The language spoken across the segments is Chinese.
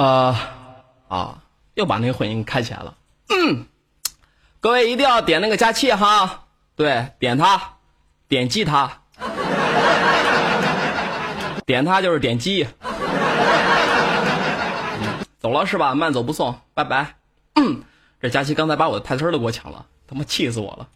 又把那个混音开起来了。各位一定要点那个加气哈，对，点它，点击它，点它就是点击。走了是吧？慢走不送，拜拜。这佳期刚才把我的台词都给我抢了，他妈气死我了。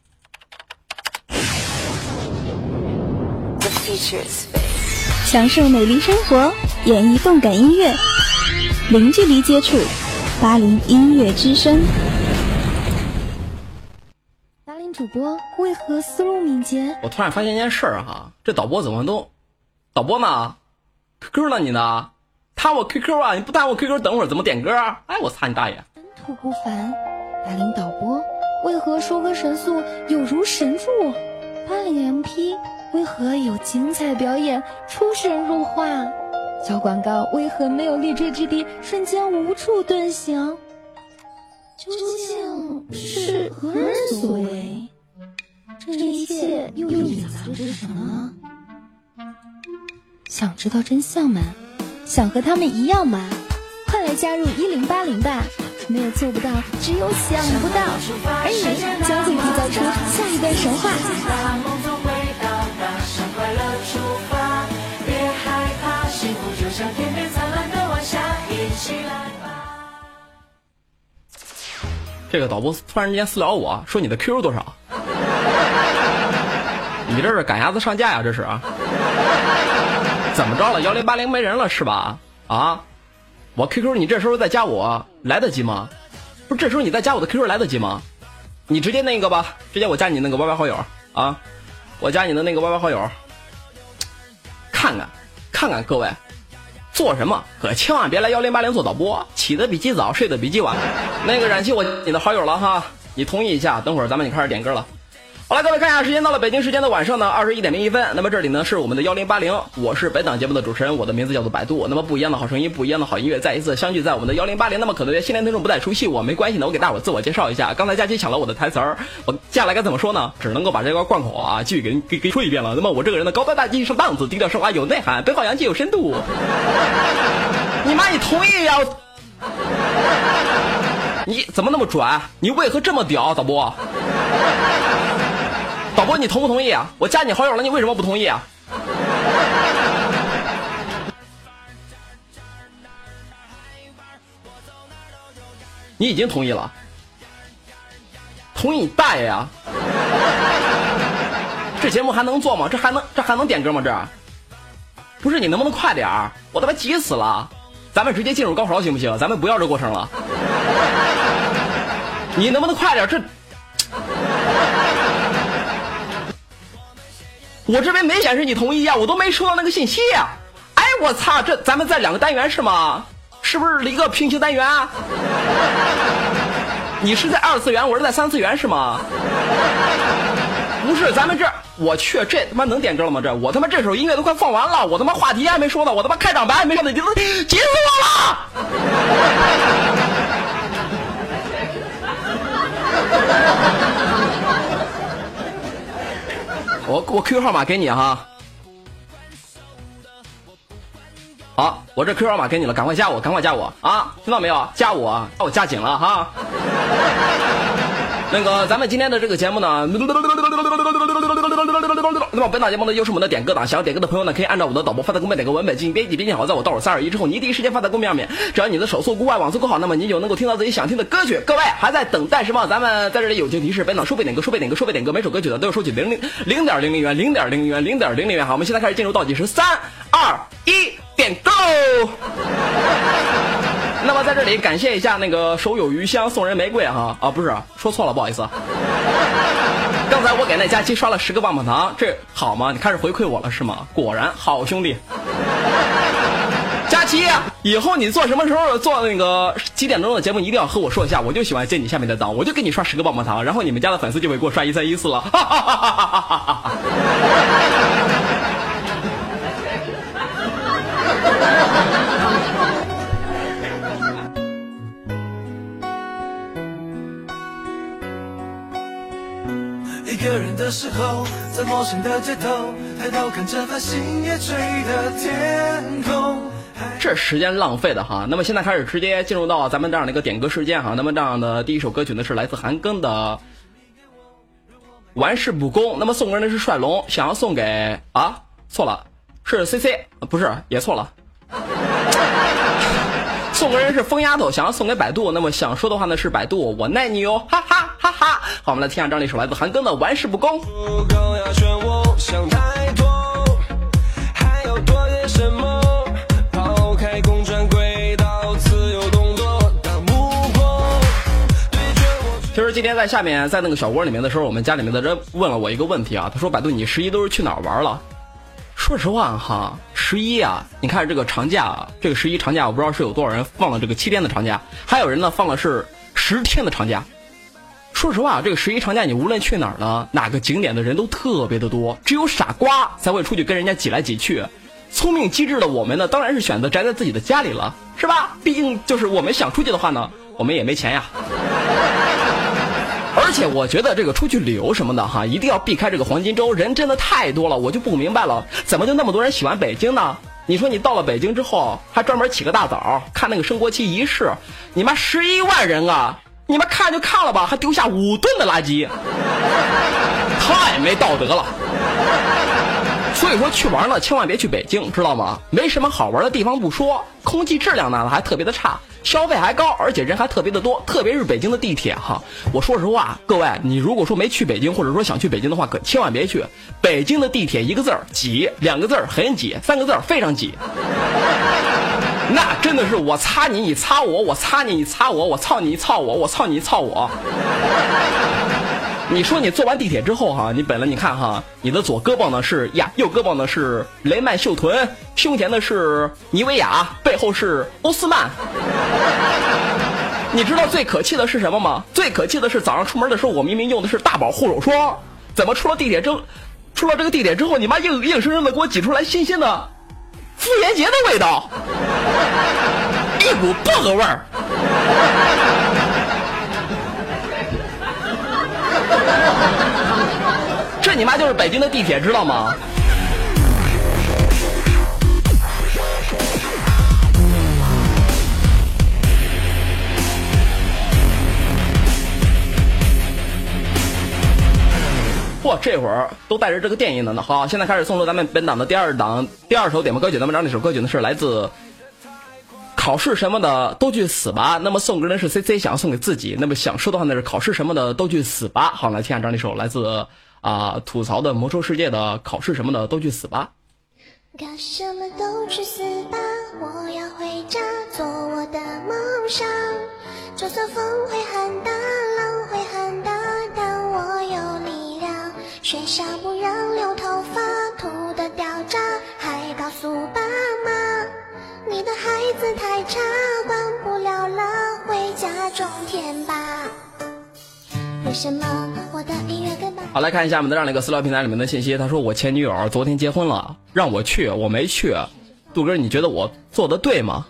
享受美丽生活，演绎动感音乐，零距离接触80音乐之声。达令主播为何思路敏捷？ 我突然发现一件事哈，这导播怎么都，导播呢 ？QQ 呢你呢？弹我 QQ 啊！你不弹我 QQ， 等会儿怎么点歌？哎，我擦你大爷！ 尘土不凡，达令导播为何说歌神速有如神助？80 MP 为何有精彩表演出神入化？小广告为何没有立锥之地，瞬间无处遁形？究竟是何人所为？这一切又隐藏着什么？想知道真相吗？想和他们一样吗？快来加入1080吧！没有做不到，只有想不到，而你将会缔造出下一段神话。 这个导播突然之间私聊我说你的 QQ 多少？你这是赶鸭子上架呀？这是啊？怎么着了？1080没人了是吧？啊，我 QQ 你这时候再加我来得及吗？不是这时候你再加我的 QQ 来得及吗？你直接那个吧，直接我加你那个 YY 好友啊，我加你的那个 YY 好友，看看各位。做什么可千万别来1080做导播，起得比鸡早，睡得比鸡晚。那个冉期我你的好友了哈，你同意一下，等会儿咱们就开始点歌了。好了，各位看一下时间，到了北京时间的晚上呢21:01。那么这里呢是我们的1080，我是本档节目的主持人，我的名字叫做百度。那么不一样的好声音，不一样的好音乐，再一次相聚在我们的1080。那么可能新年听众不太熟悉我，没关系呢，我给大伙自我介绍一下。刚才佳期抢了我的台词儿，我接下来该怎么说呢？只能够把这个贯口啊继续给说一遍了。那么我这个人呢，高端大气上档次，低调奢华有内涵，北好洋气有深度。你妈，你同意呀？你怎么那么拽？你为何这么屌，导播？导播，你同不同意啊？我加你好友了，你为什么不同意啊？你已经同意了，同意你大爷呀！这节目还能做吗？这还能点歌吗？这不是，你能不能快点儿？我他妈急死了！咱们直接进入高潮行不行？咱们不要这过程了。你能不能快点？这我这边没显示你同意呀，我都没收到那个信息呀！哎，我操，这咱们在2个单元是吗？是不是一个平行单元啊？你是在2次元，我是在3次元是吗？不是，咱们这，我去，这他妈能点歌了吗？这我他妈这首音乐都快放完了，我他妈话题还没说呢，我他妈开场白还没说呢，急死我了！我 QQ 号码给你哈，好，我这 QQ 号码给你了，赶快加我啊！听到没有？加我，把我加紧了哈。那个，咱们今天的这个节目呢，那么本档节目呢又是我们的点歌档，想要点歌的朋友呢，可以按照我的导播发的公屏点歌文本进行编辑，编辑好，在我倒数3、2、1之后，你第一时间发在公屏上面。只要你的手速够快，网速够好，那么你就能够听到自己想听的歌曲。各位还在等待什么？咱们在这里友情提示：本档收费点歌，每首歌曲呢都有收取0.00元，0.00元。好，我们现在开始进入倒计时，3、2、1，点歌喽！那么在这里感谢一下那个手有余香送人玫瑰哈啊，不是说错了，不好意思。刚才我给那佳期刷了10个棒棒糖，这好吗？你开始回馈我了是吗？果然好兄弟。佳期，以后你做什么时候做那个几点钟的节目，一定要和我说一下，我就喜欢接你下面的档，我就给你刷10个棒棒糖，然后你们家的粉丝就会给我刷13、14了。哈哈哈哈哈哈！ 一个人的时候，在陌生的街头，抬头看着繁星夜垂的天空，还这时间浪费的哈。那么现在开始直接进入到咱们这样的一个点歌时间哈。那么这样的第一首歌曲呢是来自韩庚的玩世不恭。那么送歌人的是帅龙，想要送给错了，是 CC， 不是也错了。送歌人是疯丫头，想要送给百度。那么想说的话呢是百度，我爱你哟，哈哈哈哈。好，我们来听下这样的一首来自韩庚的玩世不恭。其实今天在下面在那个小窝里面的时候，我们家里面的人问了我一个问题啊，他说百度你11都是去哪儿玩了？说实话哈，11啊，你看这个长假啊，这个11长假我不知道是有多少人放了这个7天的长假，还有人呢放了是10天的长假。说实话，这个11长假你无论去哪儿呢，哪个景点的人都特别的多，只有傻瓜才会出去跟人家挤来挤去。聪明机智的我们呢，当然是选择宅在自己的家里了，是吧？毕竟就是我们想出去的话呢，我们也没钱呀。而且我觉得这个出去旅游什么的哈，一定要避开这个黄金周，人真的太多了，我就不明白了，怎么就那么多人喜欢北京呢？你说你到了北京之后，还专门起个大早看那个升国旗仪式，你妈11万人啊！你们看就看了吧，还丢下5吨的垃圾，太没道德了。所以说去玩呢，千万别去北京，知道吗？没什么好玩的地方不说，空气质量呢还特别的差，消费还高，而且人还特别的多，特别是北京的地铁哈。我说实话，各位，你如果说没去北京，或者说想去北京的话，可千万别去。北京的地铁1个字儿挤，2个字儿很挤，3个字儿非常挤。那真的是我擦你，你擦我，我擦你，你擦我，我操你，你操我，我操你，操我。你说你坐完地铁之后哈，你本来你看哈，你的左胳膊呢是右胳膊呢是雷曼秀臀，胸前的是妮维雅，背后是欧斯曼。你知道最可气的是什么吗？最可气的是早上出门的时候，我明明用的是大宝护手霜，怎么出了这个地铁之后，你妈硬生生的给我挤出来新鲜的妇炎洁的味道，一股薄荷味儿。这你妈就是北京的地铁，知道吗？哇，这会儿都带着这个电音了呢。好，现在开始送出咱们本档的第二首点播歌曲。咱们这首歌曲呢是来自考试什么的都去死吧。那么送歌人是 CC， 想要送给自己。那么想说的话呢是考试什么的都去死吧。好，来听下这样一首来自吐槽的魔兽世界的考试什么的都去死吧。 考什么都去死吧，我要回家做我的梦想。就算风会很大，浪会很大，但我有力量。学校不让留头发，秃的掉渣，还告诉爸妈，你的孩子太差，管不了了，回家种田吧。为什么我的音乐跟好，来看一下我们的这样的一个私聊平台里面的信息。他说我前女友昨天结婚了，让我去，我没去。杜哥，你觉得我做的对吗？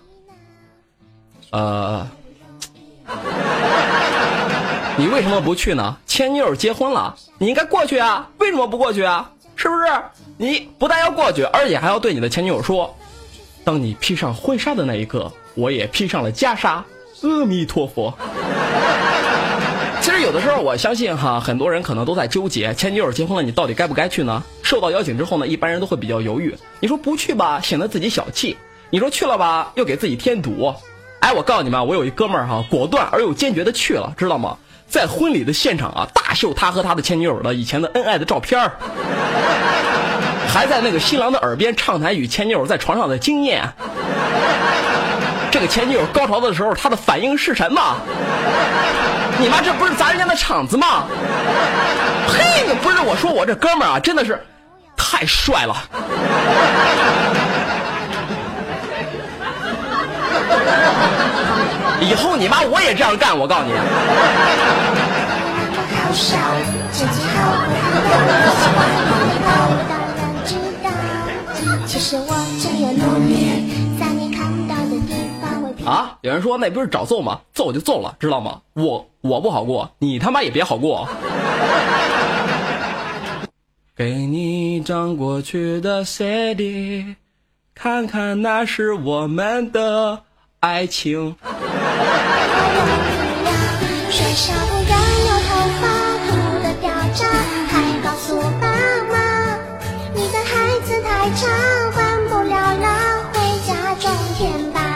你为什么不去呢？前女友结婚了，你应该过去啊，为什么不过去啊？是不是？你不但要过去，而且还要对你的前女友说，当你披上婚纱的那一刻，我也披上了袈裟，阿弥陀佛。其实有的时候我相信哈，很多人可能都在纠结，前女友结婚了，你到底该不该去呢？受到邀请之后呢，一般人都会比较犹豫。你说不去吧，显得自己小气；你说去了吧，又给自己添堵。哎，我告诉你们，我有一哥们儿哈，果断而又坚决的去了，知道吗？在婚礼的现场啊，大秀他和他的前女友的以前的恩爱的照片儿，还在那个新郎的耳边畅谈与前女友在床上的经验。这个前女友高潮的时候，他的反应是什么？你妈这不是砸人家的场子吗？嘿，不是我说我这哥们儿啊，真的是太帅了。以后你妈我也这样干，我告诉你。啊！有人说那不是找揍吗？揍就揍了，知道吗？我不好过，你他妈也别好过。给你一张过去的 CD， 看看那是我们的爱情。 学校不让有头发秃的掉渣，还告诉爸妈，你的孩子太差，换不了了，回家种田吧。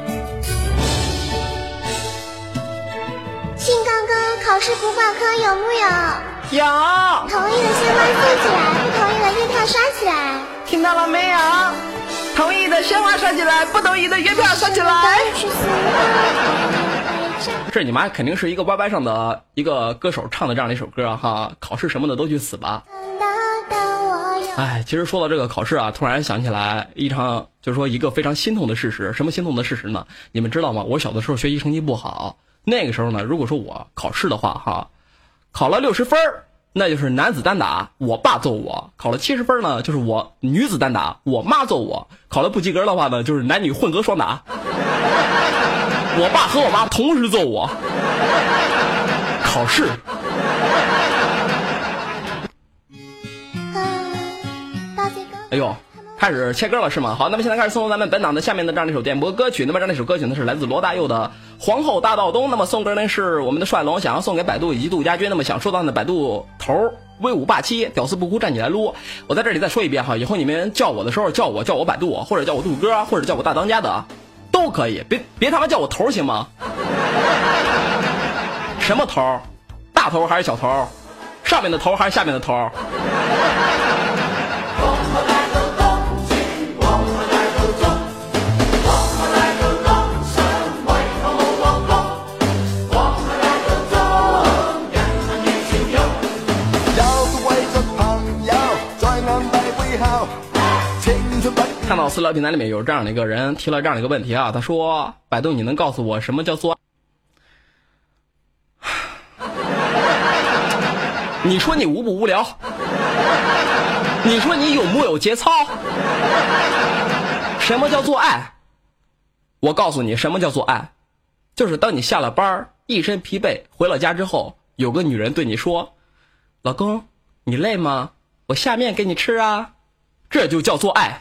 新刚哥，考试不挂科有木有？ 有， 同意的鲜花竖起来，不同意的月票刷起来。 听到了没有？同意的鲜花刷起来，不同意的月票刷起来。这你妈肯定是一个 YY 上的一个歌手唱的这样的一首歌哈，考试什么的都去死吧。哎，其实说到这个考试啊，突然想起来就是说一个非常心痛的事实。什么心痛的事实呢？你们知道吗？我小的时候学习成绩不好，那个时候呢，如果说我考试的话哈，考了60分，那就是男子单打，我爸揍我；考了70分呢，就是我女子单打，我妈揍我；考了不及格的话呢，就是男女混合双打。我爸和我妈同时揍我。考试。哎呦，开始切歌了是吗？好，那么现在开始送咱们本档的下面的这样的一首电波歌曲。那么这样的一首歌曲呢是来自罗大佑的《皇后大道东》。那么送歌呢是我们的帅龙想要送给百度以及杜家军。那么想说到的百度头威武霸气，屌丝不哭站起来撸。我在这里再说一遍哈，以后你们叫我的时候叫我百度，或者叫我杜哥，或者叫我大当家的都可以，别他妈叫我头行吗？什么头？大头还是小头？上面的头还是下面的头？看到私聊平台里面有这样的一个人提了这样的一个问题啊，他说：百度，你能告诉我什么叫做？你说你无不无聊？你说你有木有节操？什么叫做爱？我告诉你什么叫做爱，就是当你下了班一身疲惫回了家之后，有个女人对你说：老公，你累吗？我下面给你吃啊。这就叫做爱。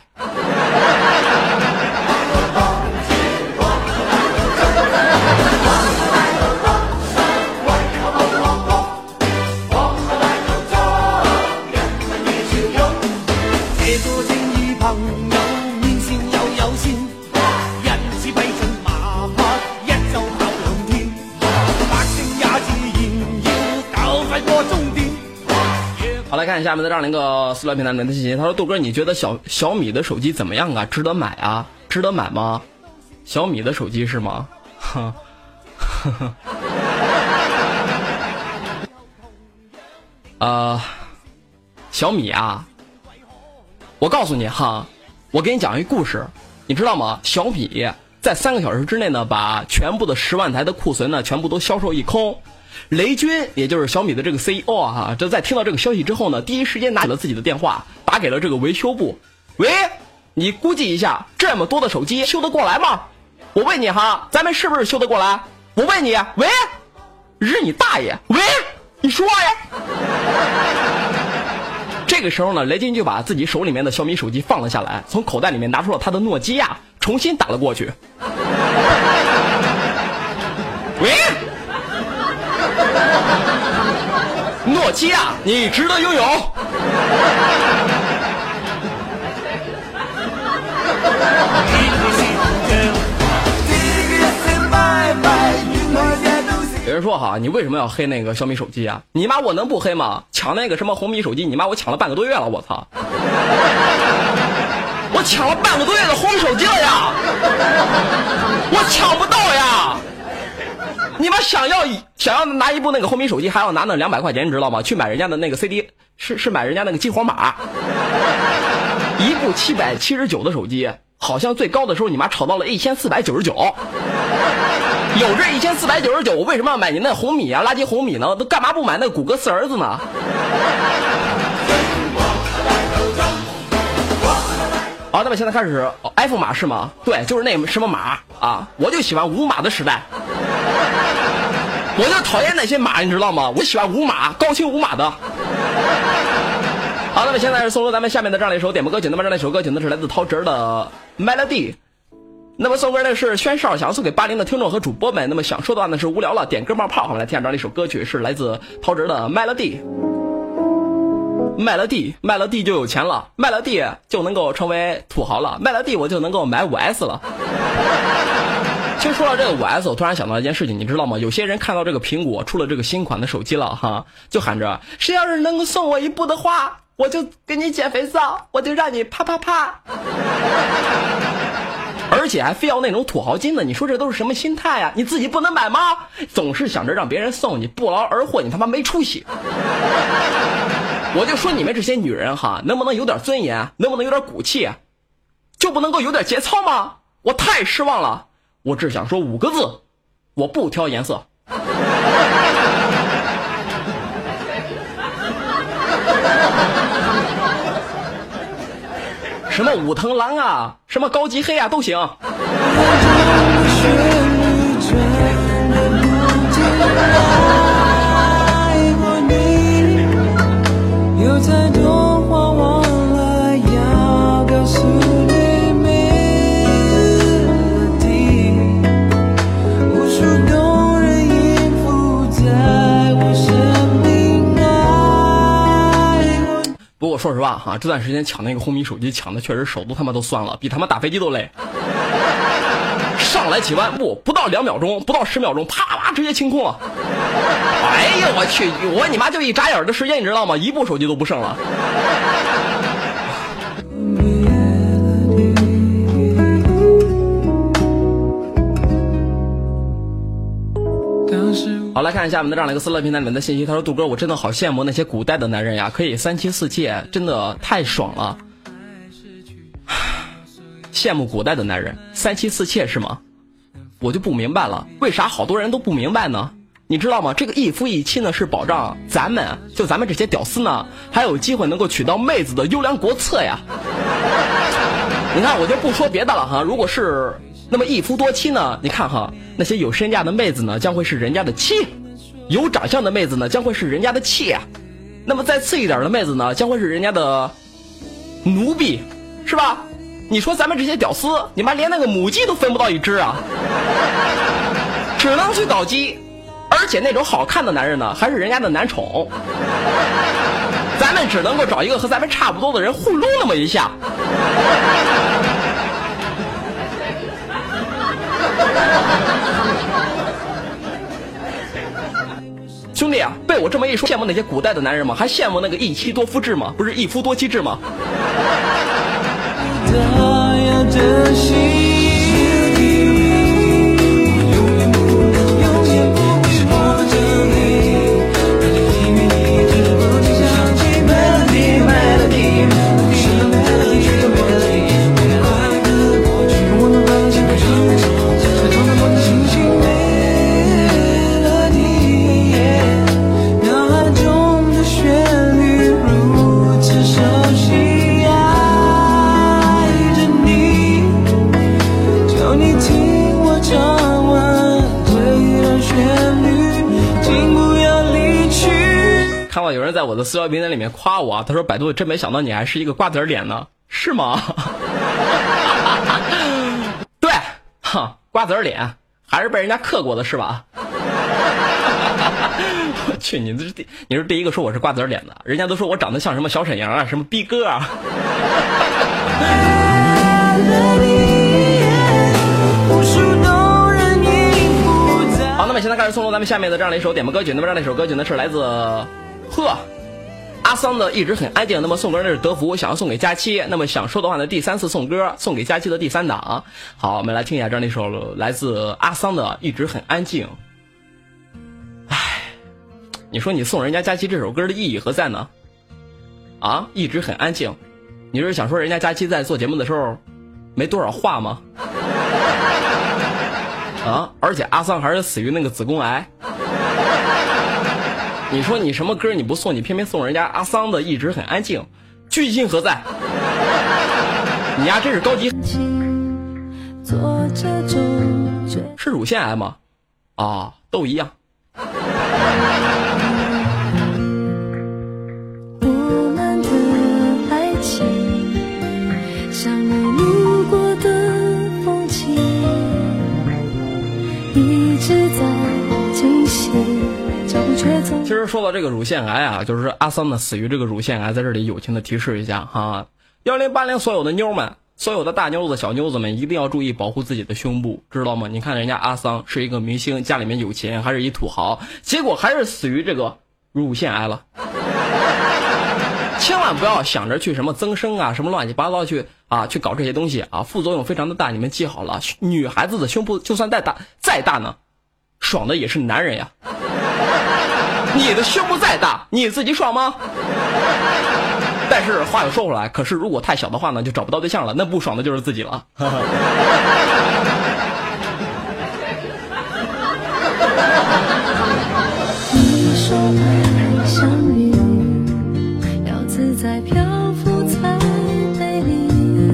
好，来看下面的这样的一个私聊平台里面的信息。他说：杜哥，你觉得小米的手机怎么样啊？值得买啊？值得买吗？小米的手机是吗？小米啊，我告诉你哈，我给你讲一故事，你知道吗？小米在3个小时之内呢，把全部的10万台的库存呢，全部都销售一空。雷军也就是小米的这个 CEO 啊，这在听到这个消息之后呢，第一时间拿起了自己的电话，打给了这个维修部。喂，你估计一下，这么多的手机修得过来吗？我问你哈，咱们是不是修得过来？我问你，喂，日你大爷，喂，你说呀。这个时候呢，雷军就把自己手里面的小米手机放了下来，从口袋里面拿出了他的诺基亚，重新打了过去。喂，诺基亚，你值得拥有。有人说哈，你为什么要黑那个小米手机啊？你妈我能不黑吗？抢那个什么红米手机，你妈我抢了半个多月了，我操！我抢了半个多月的红米手机了呀，我抢不到呀！你妈想要拿一部那个红米手机，还要拿那200块钱，你知道吗？去买人家的那个 CD， 是买人家那个激活码，一部779的手机，好像最高的时候你妈炒到了1499。有这1499，我为什么要买您那红米啊，垃圾红米呢？都干嘛不买那谷歌4儿子呢？好，那么现在开始 F 码是吗？对，就是那什么码啊，我就喜欢无码的时代，我就讨厌那些码，你知道吗？我喜欢无码，高清无码的。好， 那么现在是送出咱们下面的这样的一首点播歌曲，那么这样一首歌曲呢是来自陶喆的 Melody。那么送歌呢是轩少想送给80的听众和主播们，那么想说的话呢是无聊了，点歌冒泡。我们来听下这样的一首歌曲，是来自陶喆的 Melody。Melody 就有钱了， Melody 就能够成为土豪了， Melody 我就能够买5S 了。其实说到这个5S， 我突然想到一件事情，你知道吗？有些人看到这个苹果出了这个新款的手机了哈，就喊着谁要是能够送我一部的话，我就给你减肥皂，我就让你啪啪啪。而且还非要那种土豪金的，你说这都是什么心态呀？你自己不能买吗？总是想着让别人送你，不劳而获，你他妈没出息！我就说你们这些女人哈，能不能有点尊严？能不能有点骨气？就不能够有点节操吗？我太失望了！我只想说5个字：我不挑颜色。什么武藤蓝啊，什么高级黑啊都行。有太多话忘了要告诉你，melody，无数动人音符在我生命爱过。不过说实话哈，这段时间抢那个红米手机抢的确实手都他妈都酸了，比他妈打飞机都累。上来几万步，不到2秒钟，不到10秒钟，啪啪直接清空了。哎呀，我去！我你妈就一眨眼的时间，你知道吗？一部手机都不剩了。好，来看一下我们的这样的一个私乐平台里面的信息。他说：“杜哥，我真的好羡慕那些古代的男人呀，可以3妻4妾，真的太爽了。羡慕古代的男人3妻4妾是吗？我就不明白了，为啥好多人都不明白呢？你知道吗？这个一夫一妻呢，是保障咱们这些屌丝呢，还有机会能够娶到妹子的优良国策呀。你看，我就不说别的了哈，如果是那么一夫多妻呢，你看哈，那些有身价的妹子呢，将会是人家的妻；有长相的妹子呢，将会是人家的妾啊。那么再次一点的妹子呢，将会是人家的奴婢，是吧？你说咱们这些屌丝，你妈连那个母鸡都分不到一只啊，只能去搞基。而且那种好看的男人呢，还是人家的男宠，咱们只能够找一个和咱们差不多的人互撸那么一下。兄弟啊，被我这么一说，羡慕那些古代的男人吗？还羡慕那个一妻多夫制吗？不是一夫多妻制吗？看到有人在我的私聊平台里面夸我，他说百度真没想到你还是一个瓜子脸呢，是吗？对，哈，瓜子脸还是被人家克过的是吧？我去，你是第一个说我是瓜子脸的，人家都说我长得像什么小沈阳啊，什么逼哥啊。好，那么现在开始送出咱们下面的这样的一首点播歌曲，那么这样的一首歌曲呢是来自阿桑的一直很安静。那么送歌的是德福，想要送给佳期。那么想说的话呢，第3次送歌，送给佳期的第3档。好，我们来听一下这样的一首来自阿桑的一直很安静。唉，你说你送人家佳期这首歌的意义何在呢？啊，一直很安静，你是想说人家佳期在做节目的时候没多少话吗？啊，而且阿桑还是死于那个子宫癌。你说你什么歌你不送，你偏偏送人家阿桑的一直很安静，居心何在？你呀真是高级。是乳腺癌吗？啊，都一样。不难得只在惊喜，脚步却总。 其实说到这个乳腺癌啊，就是阿桑呢死于这个乳腺癌，在这里友情的提示一下哈，1080所有的妞们，所有的大妞子小妞子们一定要注意保护自己的胸部，知道吗？你看人家阿桑是一个明星，家里面有钱，还是一土豪，结果还是死于这个乳腺癌了。千万不要想着去什么增生啊，什么乱七八糟去搞这些东西啊，副作用非常的大。你们记好了，女孩子的胸部就算再大呢，爽的也是男人呀。你的胸部再大，你自己爽吗？但是话又说回来，可是如果太小的话呢，就找不到对象了，那不爽的就是自己了。 你说爱相遇，要自在漂浮才美丽。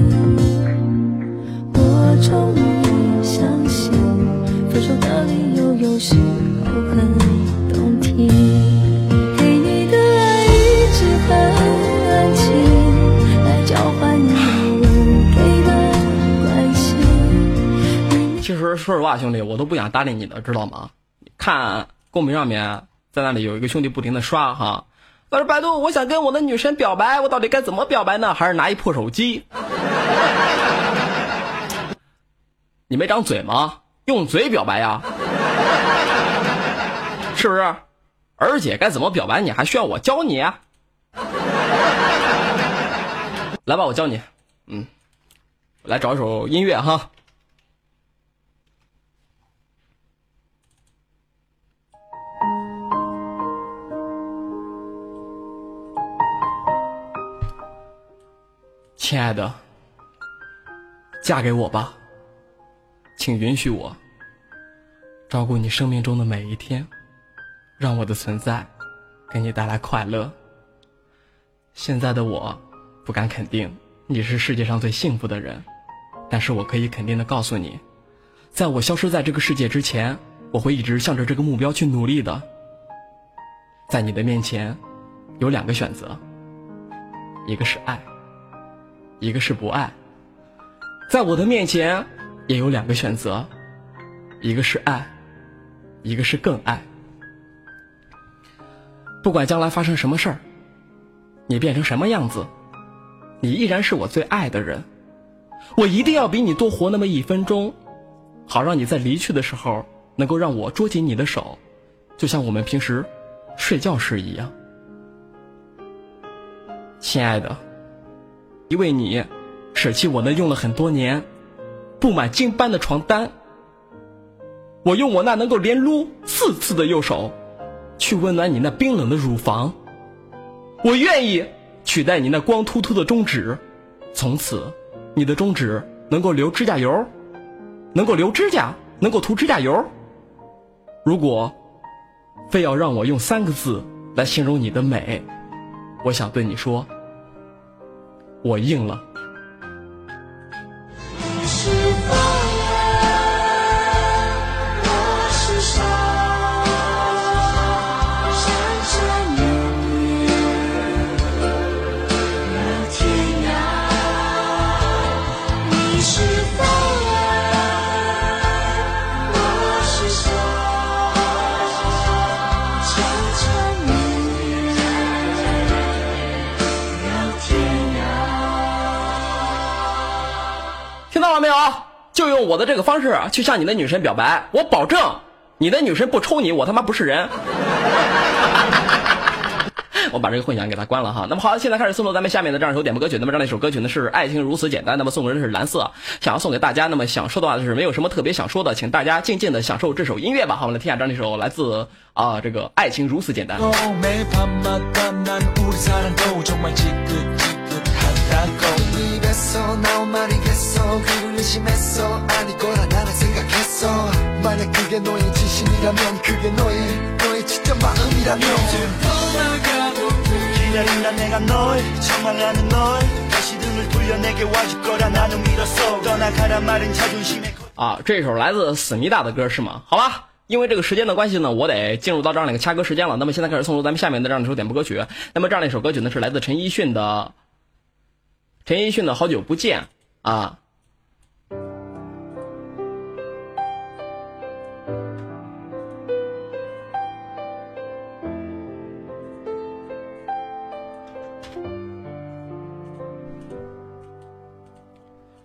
我终于相信，分手的理由有时候很动听。给你的爱一直很安静，来交换你有人给的关心。 其实说实话，兄弟，我都不想搭理你的，知道吗？看公屏上面，在那里有一个兄弟不停的刷哈，他说百度，我想跟我的女神表白，我到底该怎么表白呢？还是拿一破手机？你没长嘴吗？用嘴表白呀，是不是？而且该怎么表白你还需要我教你啊？来吧，我教你。来找一首音乐哈。亲爱的，嫁给我吧，请允许我照顾你生命中的每一天，让我的存在给你带来快乐。现在的我不敢肯定你是世界上最幸福的人，但是我可以肯定的告诉你，在我消失在这个世界之前，我会一直向着这个目标去努力的。在你的面前有2个选择，一个是爱，一个是不爱。在我的面前也有2个选择，一个是爱，一个是更爱。不管将来发生什么事儿，你变成什么样子，你依然是我最爱的人。我一定要比你多活那么1分钟，好让你在离去的时候能够让我捉紧你的手，就像我们平时睡觉时一样。亲爱的，因为你舍弃我那用了很多年布满金斑的床单，我用我那能够连撸4次的右手去温暖你那冰冷的乳房，我愿意取代你那光秃秃的中指，从此你的中指能够留指甲油，能够留指甲，能够涂指甲油。如果非要让我用3个字来形容你的美，我想对你说，我硬了。听到了没有？就用我的这个方式去向你的女神表白，我保证你的女神不抽你，我他妈不是人。我把这个混响给它关了哈。那么好，现在开始送出咱们下面的这样一首点播歌曲。那么这样一首歌曲呢是《爱情如此简单》，那么送的人是蓝色，想要送给大家。那么想说的话就是没有什么特别想说的，请大家静静的享受这首音乐吧。好，我们来听一下这样一首来自这个《爱情如此简单》。这首来自思密达的歌是吗？好吧，因为这个时间的关系呢，我得进入到这样的一个掐歌时间了。那么现在开始送出咱们下面的这样一首点播歌曲。那么这样的一首歌曲呢是来自陈奕迅的好久不见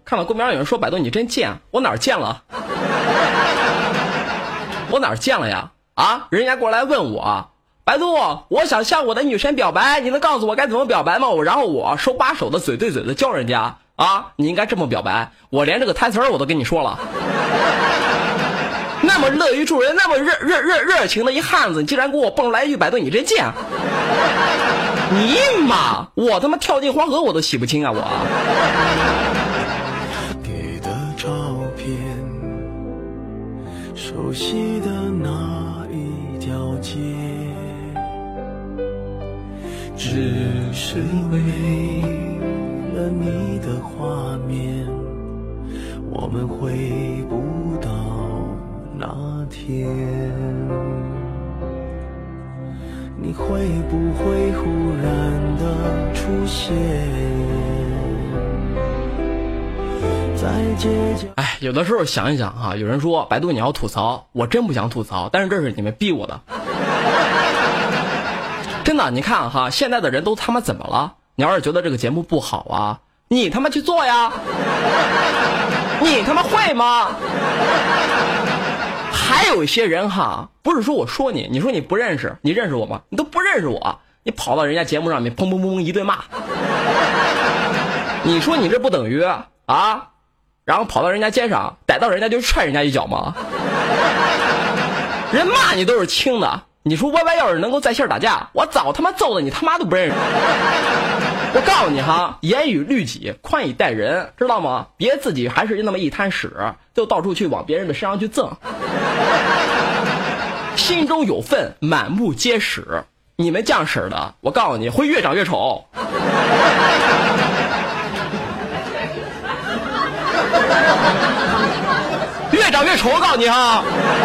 看到公屏有人说百度你真贱，我哪儿贱了？我哪儿贱了呀？啊，人家过来问我，百度，我想向我的女神表白，你能告诉我该怎么表白吗？然后我手把手的嘴对嘴的教人家啊，你应该这么表白。我连这个台词我都跟你说了。那么乐于助人，那么热情的一汉子，你竟然给我蹦出来一句百度你真贱！你妈！我他妈跳进黄河我都洗不清啊！我给的照片，熟悉的那一条街，只是为了你的画面，我们回不到那天，你会不会忽然的出现在街角？ 哎，有的时候想一想哈，有人说百度你要吐槽，我真不想吐槽，但是这是你们逼我的。真的，你看哈，现在的人都他妈怎么了？你要是觉得这个节目不好啊，你他妈去做呀！你他妈会吗？还有一些人哈，不是说我说你，你说你不认识，你认识我吗？你都不认识我，你跑到人家节目上面砰砰砰一顿骂，你说你这不等于啊？然后跑到人家街上逮到人家就踹人家一脚吗？人骂你都是轻的，你说歪歪要是能够在线打架，我早他妈揍的你他妈都不认识。我告诉你哈，严以律己，宽以待人，知道吗？别自己还是那么一滩屎，就到处去往别人的身上去赠。心中有愤，满目皆屎。你们这样式的，我告诉你会越长越丑。越长越丑，我告诉你哈。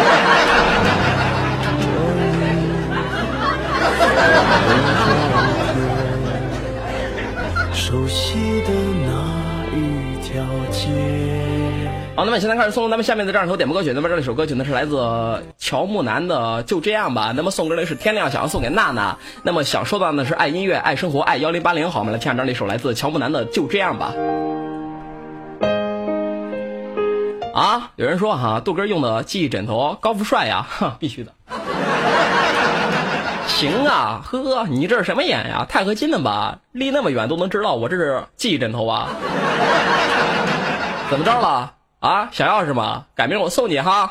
熟悉的那一条街。 好，那么现在开始送咱们下面的这样一首点播歌曲。那么这首歌曲呢是来自乔木楠的就这样吧。那么送歌的是天亮，想要送给娜娜。那么想说到的是爱音乐爱生活爱1080。好，我们来听下这样一首来自乔木楠的就这样吧。啊，有人说哈，杜哥用的记忆枕头高富帅呀，必须的。行啊，呵，你这是什么眼呀？钛合金的吧？离那么远都能知道我这是记忆枕头啊？怎么着了？啊，想要是吗？改明我送你哈，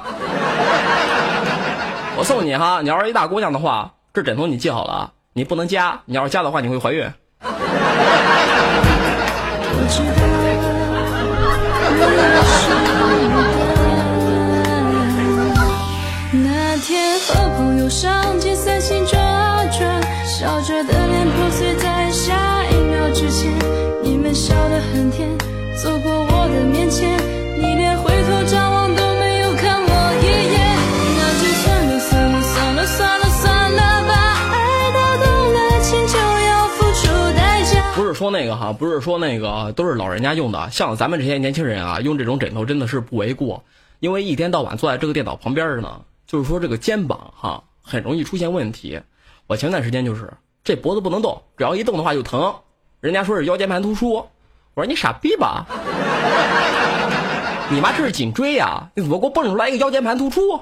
我送你哈。你要是一大姑娘的话，这枕头你记好了，你不能加，你要是加的话，你会怀孕。 那天和朋友上街散心抓抓，笑着的脸破碎在下一秒之前，你们笑得很甜，走过我的面前，你连回头张望都没有看我一眼，那就算了算了算了算了算了吧，爱到动了情就要付出代价。 不是说那个哈，不是说那个都是老人家用的，像咱们这些年轻人啊，用这种枕头真的是不为过，因为一天到晚坐在这个电脑旁边呢，就是说这个肩膀哈很容易出现问题。我前段时间就是这脖子不能动，只要一动的话就疼，人家说是腰间盘突出，我说你傻逼吧，你妈这是颈椎呀，你怎么给我蹦出来一个腰间盘突出？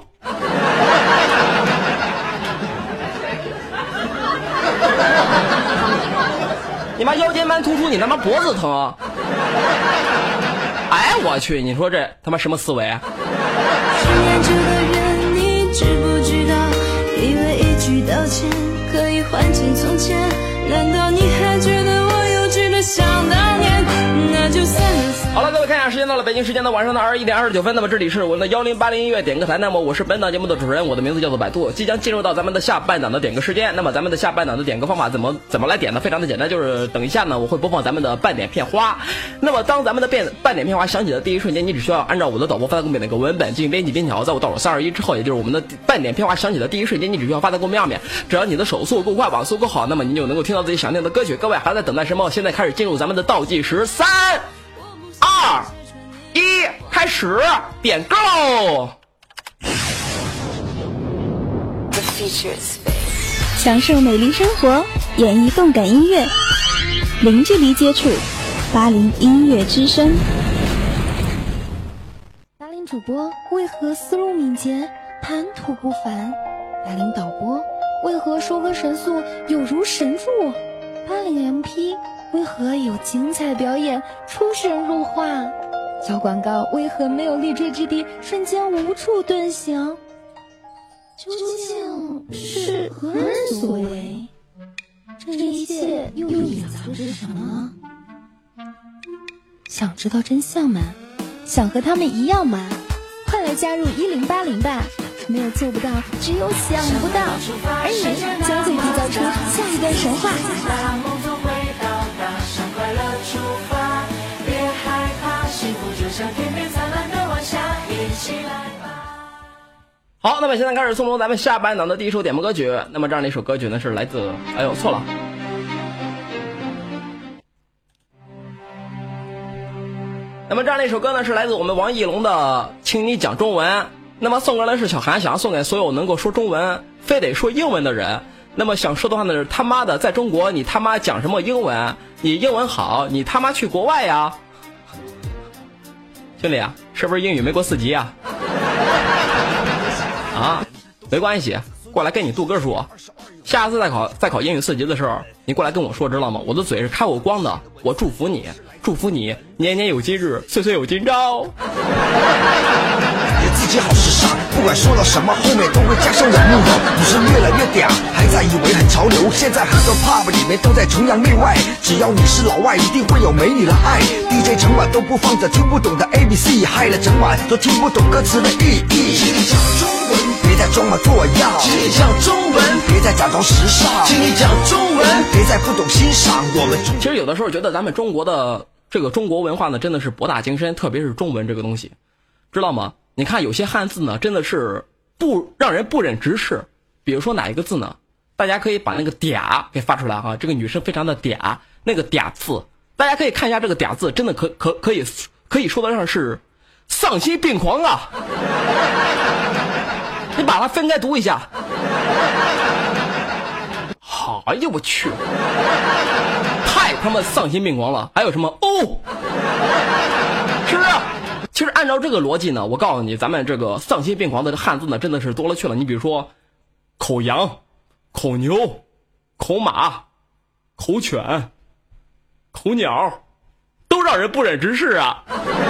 你妈腰间盘突出，你他妈脖子疼？哎我去，你说这他妈什么思维啊？ 是念这个人你知不知道，以为一句道歉可以还清从前，难道你还觉得我幼稚的想当年？那就算了。 好了，各位看一下，时间到了北京时间的晚上的21点29分。那么这里是我们的1080音乐点歌台。那么我是本档节目的主持人，我的名字叫做百度。即将进入到咱们的下半档的点歌时间。那么咱们的下半档的点歌方法怎么来点呢？非常的简单，就是等一下呢，我会播放咱们的半点片花。那么当咱们的半点片花响起的第一瞬间，你只需要按照我的导播发在公屏的一个文本进行编辑编条，在我倒数3、2、1之后，也就是我们的半点片花响起的第一瞬间，你只需要发在公屏上面。只要你的手速够快，网速够好，那么你就能够听到自己想听的歌曲。各位还在等待什么？现在开始进入咱们的倒计时，3、2、1，开始点歌喽！ 享受美丽生活，演绎动感音乐，零距离接触，80音乐之声。 主播为何思路敏捷，谈吐不凡？大龄导播为何说歌神速，有如神助？80 MP 为何有精彩表演，出神入化？小广告为何没有立锥之地，瞬间无处遁形？究竟是何人所为？这一切又隐藏着什么？想知道真相吗？想和他们一样吗？快来加入1080吧！没有做不到，只有想不到，而你将会缔造出下一段神话。 好，那么现在开始送出咱们下半档的第一首点播歌曲。那么这样的一首歌曲呢，是来自……哎呦，错了。那么这样的一首歌呢，是来自我们王艺龙的《请你讲中文》。那么送歌呢是小韩，想要送给所有能够说中文非得说英文的人。那么想说的话呢是他妈的，在中国你他妈讲什么英文？你英文好，你他妈去国外呀！兄弟啊，是不是英语没过4级啊？啊，没关系，过来跟你杜哥说，下次再考英语4级的时候，你过来跟我说，知道吗？我的嘴是开过光的，我祝福你，祝福你年年有今日，岁岁有今朝。 自己好时尚，不管说到什么，后面都会加上有木头。女生越来越嗲，还在以为很潮流。现在很多 pub 里面都在崇洋媚外，只要你是老外，一定会有美女来爱。DJ 整晚都不放着听不懂的 ABC， 害了整晚都听不懂歌词的意义。请你讲中文，别再装模作样。请你讲中文，别再假装时尚。请你讲中文，别再不懂欣赏我们。 其实有的时候觉得咱们中国的这个中国文化呢，真的是博大精深，特别是中文这个东西，知道吗？你看有些汉字呢，真的是让人不忍直视。比如说哪一个字呢？大家可以把那个嗲给发出来哈，这个女生非常的嗲，那个嗲字，大家可以看一下这个嗲字，真的可以说得上是丧心病狂啊！你把它分开读一下。哎呀我去，太他妈丧心病狂了！还有什么哦？是不是？其实按照这个逻辑呢，我告诉你，咱们这个丧心病狂的汉字呢，真的是多了去了。你比如说，口羊、口牛、口马、口犬、口鸟，都让人不忍直视啊！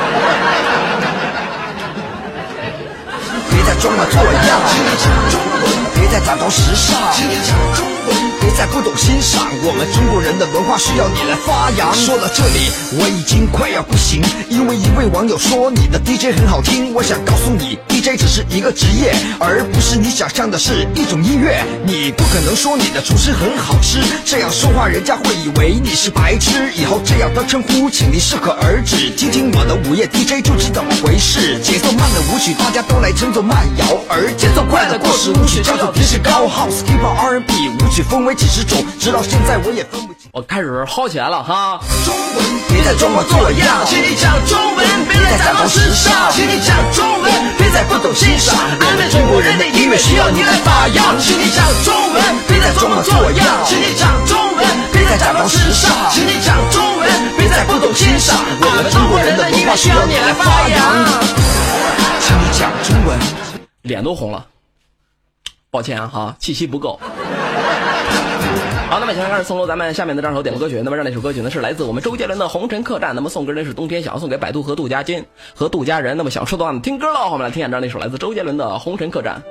别再装模作样，别再假装时尚，别再不懂欣赏我们中国人的文化，需要你来发扬。说到这里我已经快要不行，因为一位网友说你的 DJ 很好听。我想告诉你， DJ 只是一个职业，而不是你想象的是一种音乐。你不可能说你的厨师很好吃，这样说话人家会以为你是白痴。以后这样的称呼请你适可而止，听听我的午夜 DJ 就知怎么回事。节奏慢的舞曲大家都来称作慢摇，而节奏快的过时舞曲叫做迪士高 House Hip Hop R&B， 舞曲分为几十种，直到现在我也分不清。 我开始薅起来了哈！ 中文别再装模作样，请你讲中文，别再假装时尚，请你讲中文，别再不懂欣赏我们中国人的音乐，需要你来发扬。请你讲中文，别再装模作样，请你讲中文，别再假装时尚，请你讲中文，别再不懂欣赏我们中国人的音乐，需要你来发扬。请你讲中文， 脸都红了，抱歉哈，气息不够。好，那么现在开始送出咱们下面的这首点播歌曲。那么这样的一首歌曲呢，是来自我们周杰伦的《红尘客栈》。那么送歌人是冬天，想要送给百度和杜家金和杜家人。那么想说的话呢，听歌了，我们来听一下这样的一首来自周杰伦的《红尘客栈》。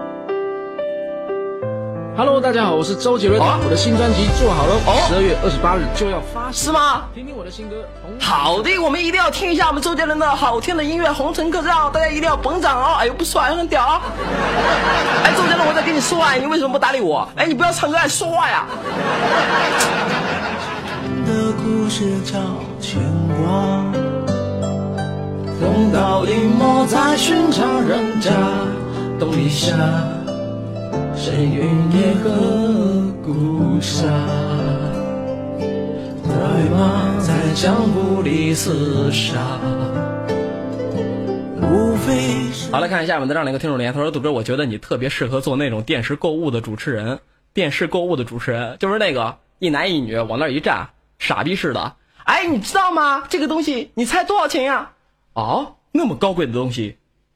Hello， 大家好，我是周杰伦，我的新专辑做好了，12月28日就要发行， 是吗？ 听听我的新歌。 好的，我们一定要听一下我们周杰伦的好听的音乐《红尘客栈》，大家一定要捧场哦！哎呦，不错，很屌啊！哎，周杰伦，我在跟你说话，你为什么不搭理我？哎，你不要唱歌，还说话呀！ 的故事叫牵挂， 风到阴谋在寻常人家，冬底下，谁云野鹤孤沙。白马在江湖里厮杀，无非是。 好，来看一下我们的这样的一个听众留言，他说：“杜哥，我觉得你特别适合做那种电视购物的主持人。电视购物的主持人就是那个一男一女往那儿一站，傻逼似的。哎，你知道吗？这个东西你猜多少钱呀？哦，那么高贵的东西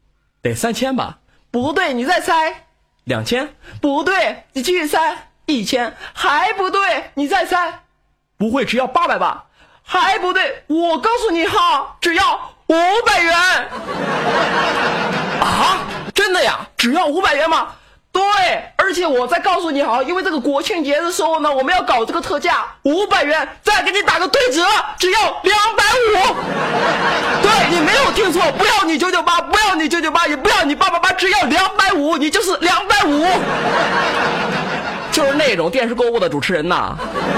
得3000吧？不对，你再猜。2000？不对，你继续猜。1000？还不对，你再猜。不会只要800吧？还不对，我告诉你哈，只要500元。啊？真的呀？只要500元吗？对，而且我再告诉你好，因为这个国庆节的时候呢，我们要搞这个特价，500元，再给你打个对折，只要250。对，你没有听错，不要你998，不要你998，也不要你888，只要250，你就是250。就是那种电视购物的主持人呐。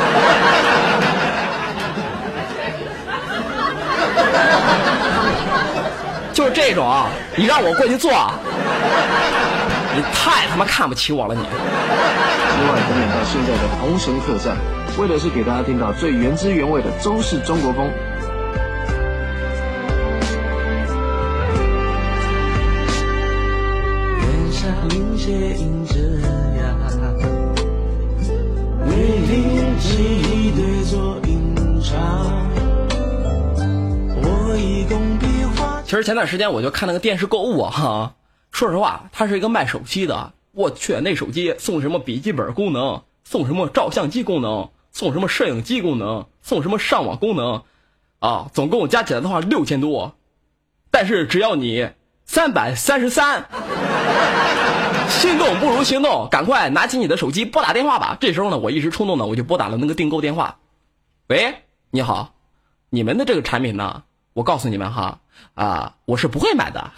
就是这种，你让我过去做，你太他妈看不起我了你。 另外登到现在的同城客栈，为的是给大家听到最原汁原味的中式中国风。 远山林鞋映着呀，为灵起一对做吟唱。我以工笔画。 其实前段时间我就看那个电视购物哈，说实话，它是一个卖手机的。我去，那手机送什么笔记本功能，送什么照相机功能，送什么摄影机功能，送什么上网功能，啊，总共加起来的话6000多，但是只要你333。心动不如行动，赶快拿起你的手机拨打电话吧。这时候呢，我一时冲动呢，我就拨打了那个订购电话。喂，你好，你们的这个产品呢，我告诉你们哈，我是不会买的。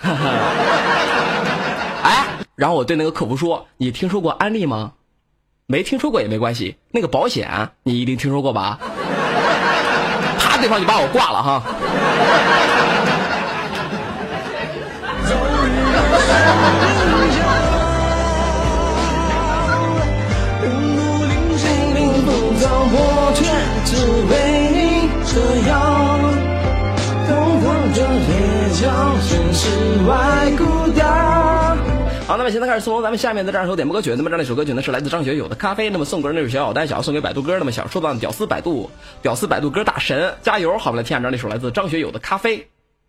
哎，然后我对那个客服说，你听说过安利吗？没听说过也没关系，那个保险你一定听说过吧？啪，对方就把我挂了哈。 只为你这样东方着烈江全世外孤单。 好，那么现在开始送咱们下面的这样一首点播歌曲。那么这样一首歌曲呢是来自张学友的《咖啡》。那么送歌那是小小呆小，送给百度歌。那么想说到屌丝百度歌大神，加油！好，我们来听下这样一首来自张学友的《咖啡》。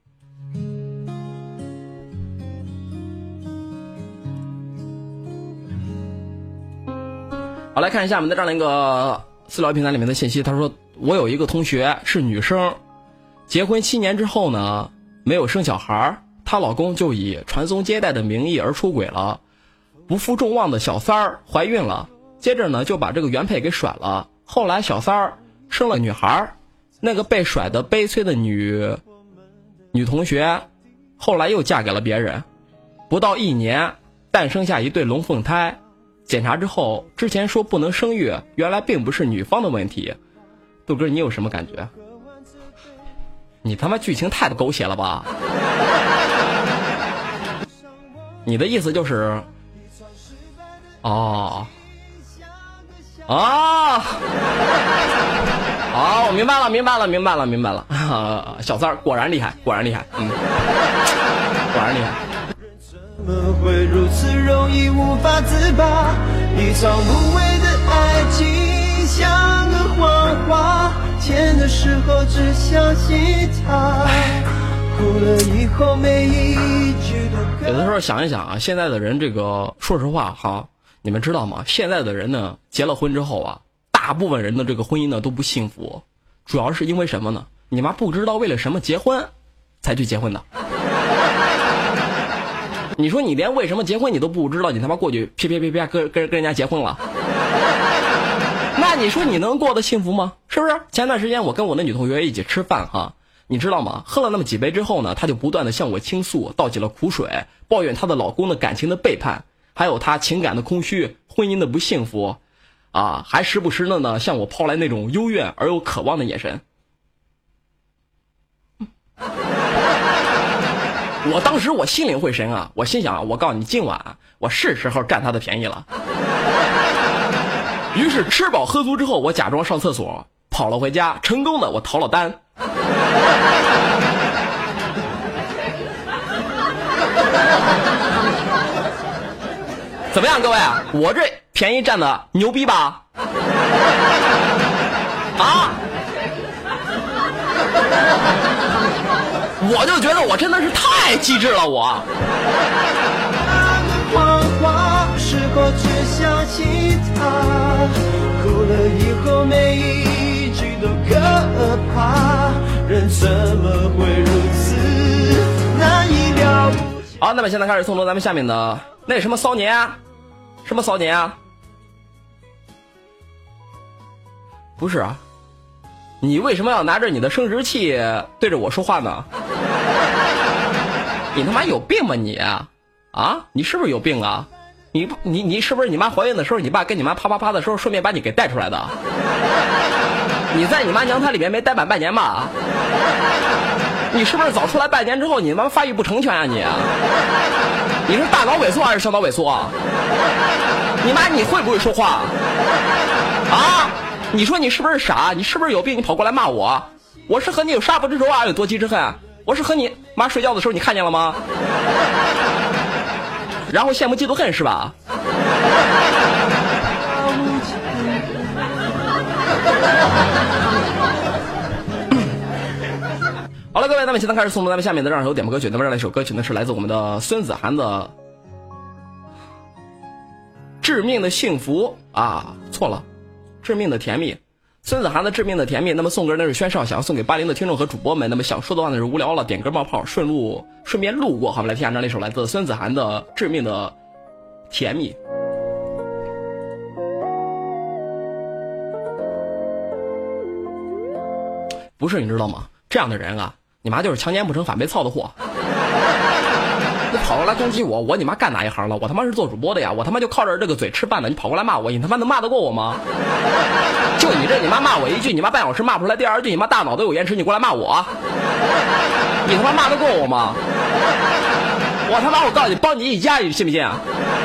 好，来看一下我们的这样的一个私聊平台里面的信息。他说，我有一个同学是女生，结婚7年之后呢，没有生小孩，她老公就以传宗接代的名义而出轨了，不负众望的小三儿怀孕了，接着呢就把这个原配给甩了。后来小三儿生了女孩，那个被甩的悲催的女同学后来又嫁给了别人，不到1年诞生下一对龙凤胎。检查之后，之前说不能生育，原来并不是女方的问题。杜哥，你有什么感觉？你他妈剧情太狗血了吧？你的意思就是，哦，我明白了。小三儿果然厉害，果然厉害。 怎么会如此容易无法自拔？一场无谓的爱情像个谎话，甜的时候只相信它，哭了以后每一句都。 有的时候想一想啊，现在的人这个，说实话哈，你们知道吗？现在的人呢，结了婚之后啊，大部分人的这个婚姻呢都不幸福，主要是因为什么呢？你妈不知道为了什么结婚，才去结婚的。你说你连为什么结婚你都不知道，你他妈过去啪跟人家结婚了，那你说你能过得幸福吗？是不是？前段时间我跟我的女同学一起吃饭哈，你知道吗？喝了那么几杯之后呢，她就不断的向我倾诉，倒起了苦水，抱怨她的老公的感情的背叛，还有她情感的空虚，婚姻的不幸福，还时不时的呢向我抛来那种幽怨而又渴望的眼神。我当时我心领会神啊，我心想，我告诉你，今晚我是时候占他的便宜了。于是吃饱喝足之后，我假装上厕所，跑了回家，成功的我逃了单。怎么样，各位？我这便宜占的牛逼吧？ 我就觉得我真的是太机智了，我。 谎话时候只想起他，哭了以后每一句都可怕，人怎么会如此难以了无。 好，那么现在开始诵读咱们下面的那什么骚年啊，什么骚年啊？不是啊，你为什么要拿着你的生殖器对着我说话呢？你他妈有病吧你啊？你是不是有病啊？你是不是你妈怀孕的时候，你爸跟你妈啪啪啪的时候，顺便把你给带出来的？你在你妈娘胎里面没待满半年吧？你是不是早出来半年之后，你他妈发育不成全啊你？你是大脑萎缩还是小脑萎缩啊？你妈你会不会说话？啊？你说你是不是傻？你是不是有病？你跑过来骂我？我是和你有杀父之仇啊，有夺妻之恨。我是和你妈睡觉的时候，你看见了吗？然后羡慕嫉妒恨是吧？好了，各位，那么现在开始送出咱们下面的让手点播歌曲。那么这样一首歌曲呢，是来自我们的孙子涵的《致命的幸福》啊，错了，致命的甜蜜。孙子涵的《致命的甜蜜》。那么送歌呢是轩少想送给80的听众和主播们。那么想说的话呢是无聊了，点歌冒泡，顺便路过。好，我们来听下这样一首来自孙子涵的《致命的甜蜜》。不是，你知道吗？这样的人啊，你妈就是强奸不成反被操的货。你跑过来攻击我，我你妈干哪一行了？我他妈是做主播的呀，我他妈就靠着这个嘴吃饭的。你跑过来骂我，你他妈能骂得过我吗？就你这，你妈骂我一句，你妈半小时骂不出来第二句，你妈大脑都有延迟，你过来骂我，你他妈骂得过我吗？我他妈我告诉你，帮你一家，你信不信啊？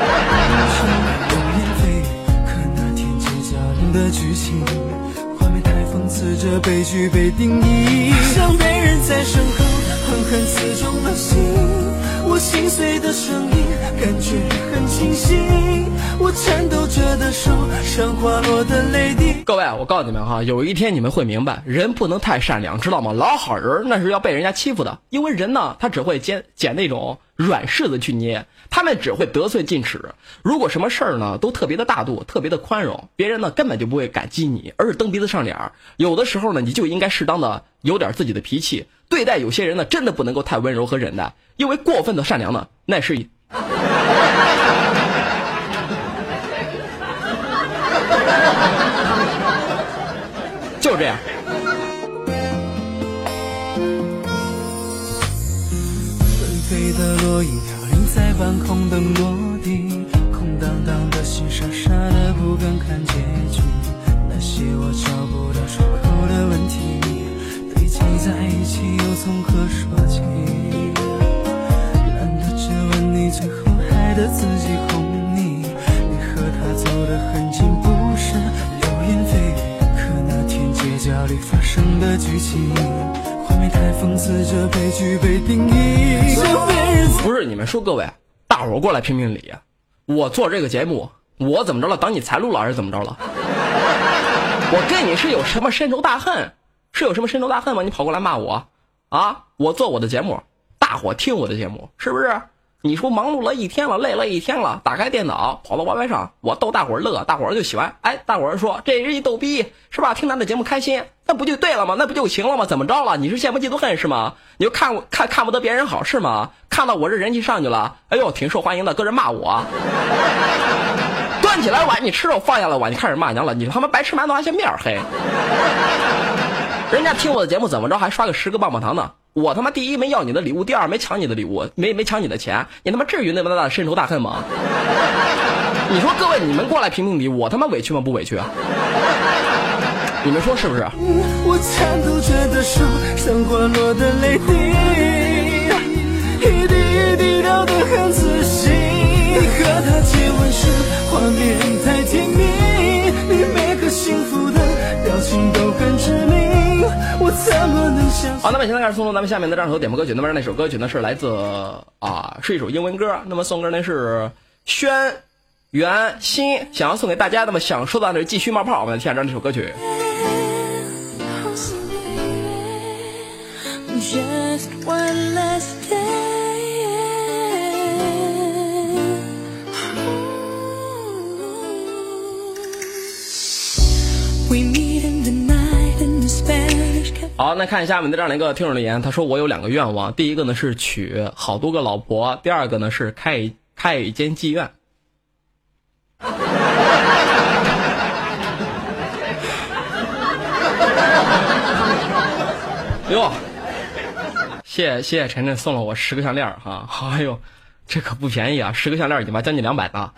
这悲剧被定义，像被人在身后狠狠刺中了心，我心碎的声音感觉很清晰，我颤抖着的手像滑落的泪滴。 各位，我告诉你们哈，有一天你们会明白，人不能太善良，知道吗？老好人那是要被人家欺负的，因为人呢，他只会捡那种软柿子去捏，他们只会得寸进尺。如果什么事儿呢都特别的大度，特别的宽容，别人呢根本就不会感激你，而是蹬鼻子上脸。有的时候呢，你就应该适当的有点自己的脾气，对待有些人呢，真的不能够太温柔和忍耐，因为过分的善良呢，那是就这样。 纷飞的落叶飘零在半空灯落地，空荡荡的心傻傻的不敢看结局，那些我找不到出口的问题堆积在一起，又从何说起？难得只问你，最后害得自己哄你，你和他走得很近，不是流言蜚语，可那天街角里发生的剧情，画面太讽刺，这悲剧被定义。 不是你们说各位，大伙过来评评理，我做这个节目，我怎么着了？等你财路了还是怎么着了？我跟你是有什么深仇大恨？是有什么深仇大恨吗？你跑过来骂我啊？我做我的节目，大伙听我的节目，是不是？你说忙碌了一天了，累了一天了，打开电脑跑到 YY 上，我逗大伙乐，大伙就喜欢。哎，大伙说这人一逗逼是吧？听咱的节目开心，那不就对了吗？那不就行了吗？怎么着了？你是羡慕嫉妒恨是吗？你就看不得别人好是吗？看到我这人气上去了，哎呦挺受欢迎的，搁这骂我。端起来碗，你吃肉，放下了碗，你开始骂娘了，你他妈白吃馒头还嫌面黑。人家听我的节目怎么着还刷个10个棒棒糖呢？我他妈第一没要你的礼物，第二没抢你的礼物，没抢你的钱，你他妈至于那么大的深仇大恨吗？你说各位你们过来评评理，我他妈委屈吗？不委屈啊？你们说是不是？ 我颤抖着的手像滑落的泪滴，一滴一滴掉得很仔细，和他接吻时画面太甜蜜，你每个幸福的表情都很致命，我怎么能想？ 好，那么现在开始送出咱们下面的这首点播歌曲。那么那首歌曲呢是来自是一首英文歌。那么送歌呢是轩辕新想要送给大家。那么想说到的继续冒泡，我们来听下这首歌曲。 你 Just one last day. We meet in the night in the Spanish cafe. 好，那看下面的这样的一个听众留言，他说我有2个愿望，第一个呢是娶好多个老婆，第二个呢是开一间妓院。哟，谢谢晨晨送了我10个项链哈，哎呦，这可不便宜啊，10个项链你妈将近200呢。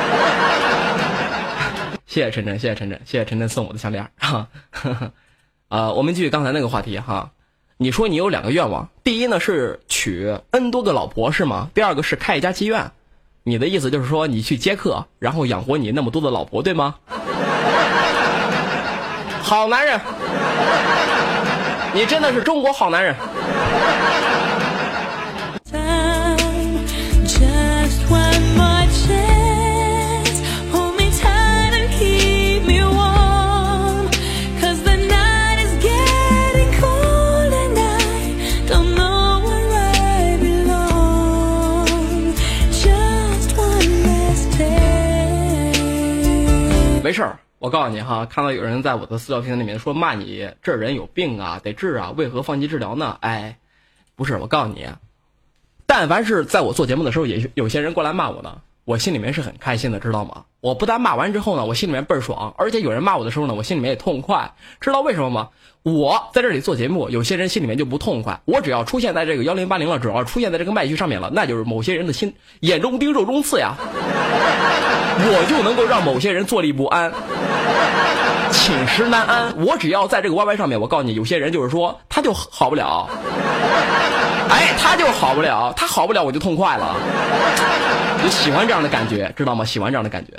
谢谢晨晨，谢谢晨晨，谢谢晨晨送我的项链哈。我们继续刚才那个话题哈，你说你有2个愿望，第一呢是娶 N 多个老婆是吗？第二个是开一家妓院，你的意思就是说你去接客，然后养活你那么多的老婆对吗？好男人，你真的是中国好男人。没事儿，我告诉你哈，看到有人在我的私聊平台里面说骂你这人有病啊，得治啊，为何放弃治疗呢？哎，不是，我告诉你，但凡是在我做节目的时候，也有些人过来骂我呢，我心里面是很开心的，知道吗？我不但骂完之后呢，我心里面倍儿爽，而且有人骂我的时候呢，我心里面也痛快，知道为什么吗？我在这里做节目，有些人心里面就不痛快，我只要出现在这个1080了，只要出现在这个麦序上面了，那就是某些人的心眼中钉肉中刺呀，我就能够让某些人坐立不安，寝食难安。我只要在这个 YY 上面，我告诉你，有些人就是说他就好不了，哎，他就好不了，他好不了我就痛快了，我喜欢这样的感觉，知道吗？喜欢这样的感觉。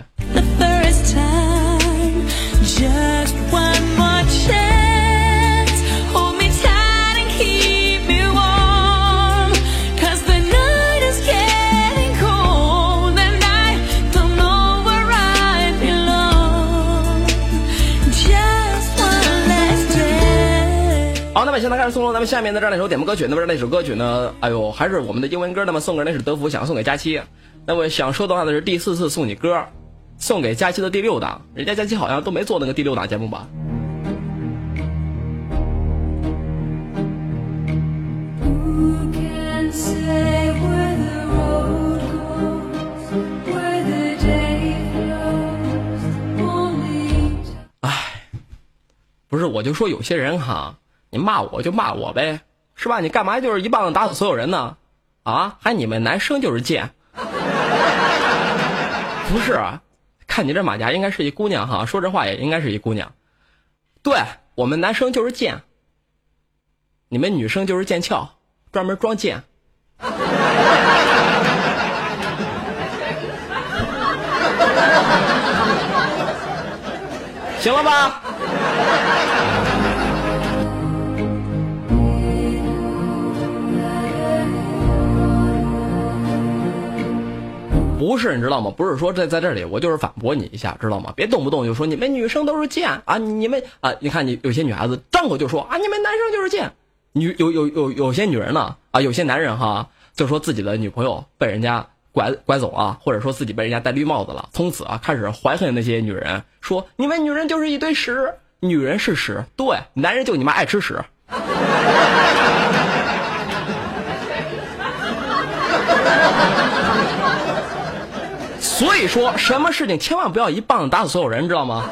好，那么现在开始送出咱们下面的这样一首点播歌曲。那么那首歌曲呢，哎呦，还是我们的英文歌。那么送给那是德福，想送给佳期。那么想说的话呢是第4次送你歌，送给佳期的第6档。人家佳期好像都没做那个第6档节目吧？哎，不是，我就说有些人哈。你骂我就骂我呗，是吧？你干嘛就是一棒子打死所有人呢？啊，还你们男生就是贱？不是啊，看你这马甲应该是一姑娘哈，说这话也应该是一姑娘。对，我们男生就是贱，你们女生就是贱俏，专门装贱。行了吧？不是，你知道吗？不是说在这里我就是反驳你一下，知道吗？别动不动就说你们女生都是贱啊！你们啊，你看你有些女孩子张口就说啊，你们男生就是贱。有些女人呢啊，有些男人哈，就说自己的女朋友被人家拐走啊，或者说自己被人家戴绿帽子了，从此啊开始怀恨那些女人，说你们女人就是一堆屎，女人是屎，对，男人就你妈爱吃屎。所以说什么事情千万不要一棒子打死所有人，知道吗？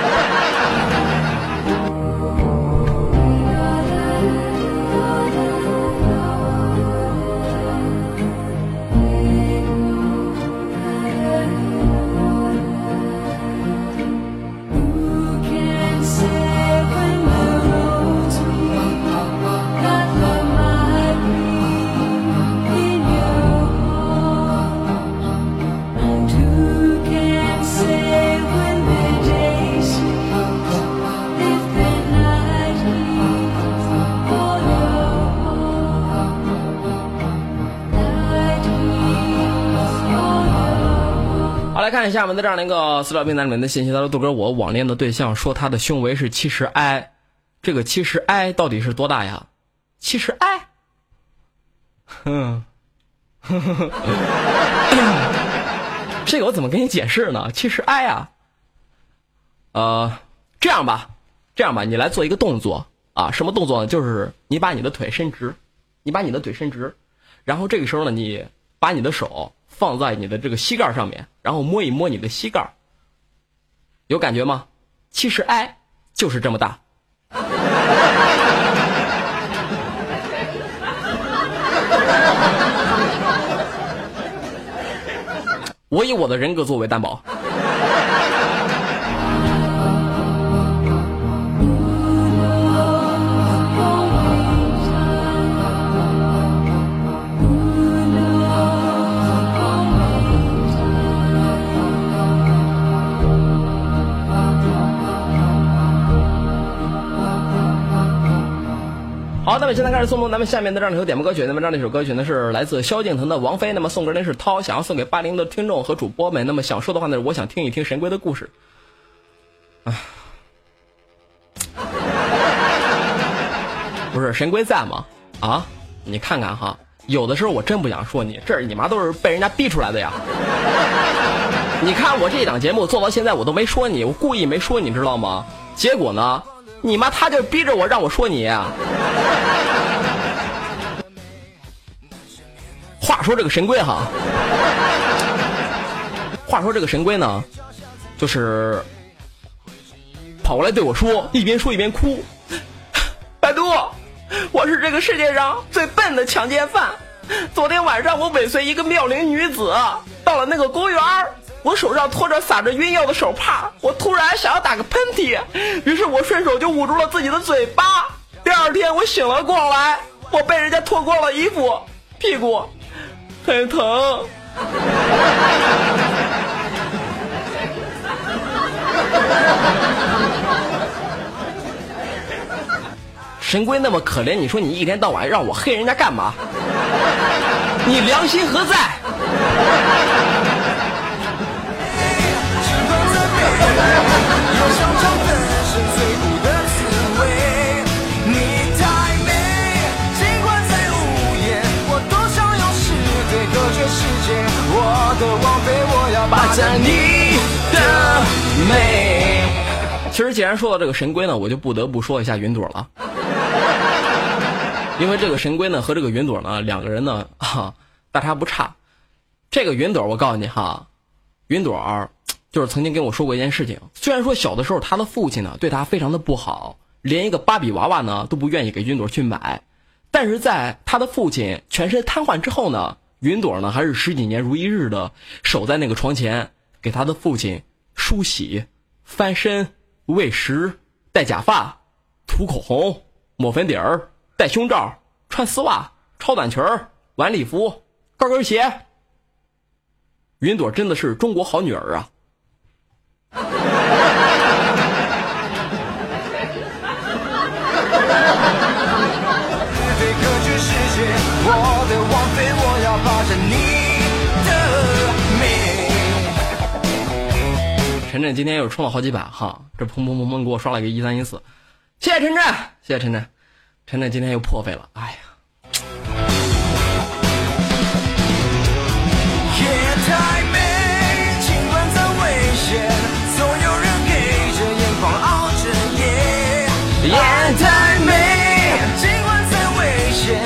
来看一下我们的这样的一个私聊平台里面的信息。他说杜哥，我网恋的对象说他的胸围是70I， 这个70I 到底是多大呀其实爱，这个我怎么跟你解释呢？其实爱啊，这样吧，你来做一个动作啊，什么动作呢？就是你把你的腿伸直，然后这个时候呢，你把你的手放在你的这个膝盖上面，然后摸一摸你的膝盖，有感觉吗？其实爱就是这么大。我以我的人格作为担保。好，那么现在开始送出咱们下面的这样一首点播歌曲。那么这样的一首歌曲呢是来自萧敬腾的《王菲》。那么送歌人是涛，想要送给80的听众和主播们。那么想说的话呢，我想听一听神龟的故事。不是神龟在吗？啊，你看看哈，有的时候我真不想说你，这你妈都是被人家逼出来的呀。你看我这一档节目做到现在，我都没说你，我故意没说你，知道吗？结果呢？你妈他就逼着我让我说你。话说这个神龟哈，呢，就是跑过来对我说，一边说一边哭，百度，我是这个世界上最笨的强奸犯。昨天晚上我尾随一个妙龄女子到了那个公园，我手上拖着撒着晕药的手帕，我突然想要打个喷嚏，于是我顺手就捂住了自己的嘴巴。第二天我醒了过来，我被人家脱光了衣服，屁股很疼。神龟那么可怜，你说你一天到晚让我黑人家干嘛？你良心何在？霸占你的美。其实既然说到这个神龟呢，我就不得不说一下云朵了。因为这个神龟呢和这个云朵呢两个人呢大差不差。这个云朵我告诉你哈，云朵就是曾经跟我说过一件事情，虽然说小的时候他的父亲呢对他非常的不好，连一个芭比娃娃呢都不愿意给云朵去买，但是在他的父亲全身瘫痪之后呢，云朵呢还是10几年如一日的守在那个床前，给他的父亲梳洗、翻身、喂食、戴假发、涂口红、抹粉底儿、戴胸罩、穿丝袜、超短裙、晚礼服、高跟鞋。云朵真的是中国好女儿啊。我的王妃，我要霸占你的美。晨晨今天又充了好几百哈，这砰砰砰砰给我刷了一个1314，谢谢晨晨，谢谢晨晨，晨晨今天又破费了，哎呀。夜太美，尽管再危险，总有人给着眼眶熬着夜。夜太美，尽管再危险，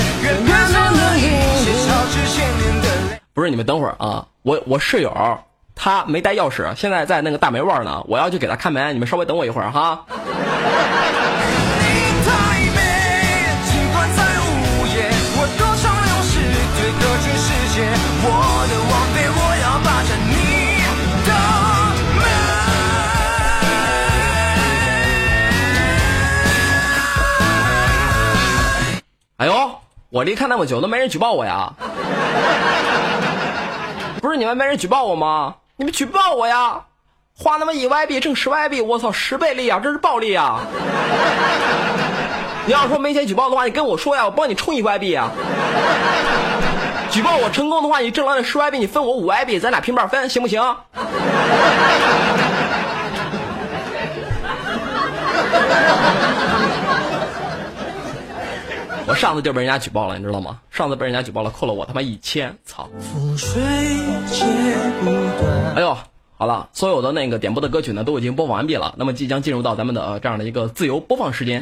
不是你们等会儿啊，我室友他没带钥匙，现在在那个大门外呢，我要去给他看门，你们稍微等我一会儿哈。我的王妃，我要霸占你的门。哎呦，我离开那么久都没人举报我呀。不是你们没人举报我吗？你们举报我呀！花那么1歪币挣10歪币，我操，10倍利啊，这是暴利啊！你要说没钱举报的话，你跟我说呀，我帮你充1歪币啊。举报我成功的话，你挣了那10歪币，你分我5歪币，咱俩平半分，行不行？我上次就被人家举报了，你知道吗？上次被人家举报了，扣了我他妈1000，操！哎呦，好了，所有的那个点播的歌曲呢都已经播放完毕了，那么即将进入到咱们的这样的一个自由播放时间。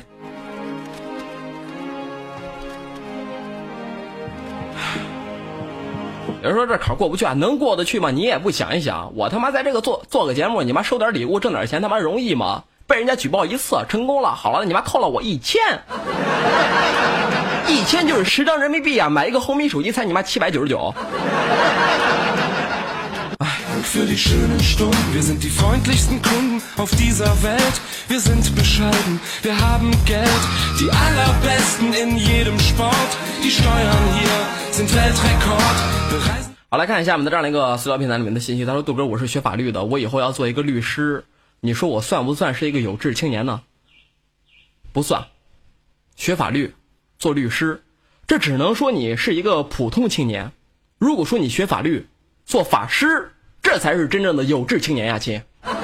有人说这坎过不去啊，能过得去吗？你也不想一想，我他妈在这个做个节目，你妈收点礼物挣点钱，他妈容易吗？被人家举报一次成功了，好了，你妈扣了我1000，1000就是10张人民币啊，买一个红米手机才你妈799。 Für die schönen Stunden, wir sind die freundlichsten Kunden auf dieser Welt. Wir sind bescheiden, wir haben Geld, die allerbesten in jedem Sport. Die Steuern hier sind Weltrekord. 好，来看一下我们的这样的一个私聊平台里面的信息。他说：“杜哥，我是学法律的，我以后要做一个律师，你说我算不算是一个有志青年呢？不算，学法律做律师，这只能说你是一个普通青年。如果说你学法律做法师，这才是真正的有志青年呀，亲。”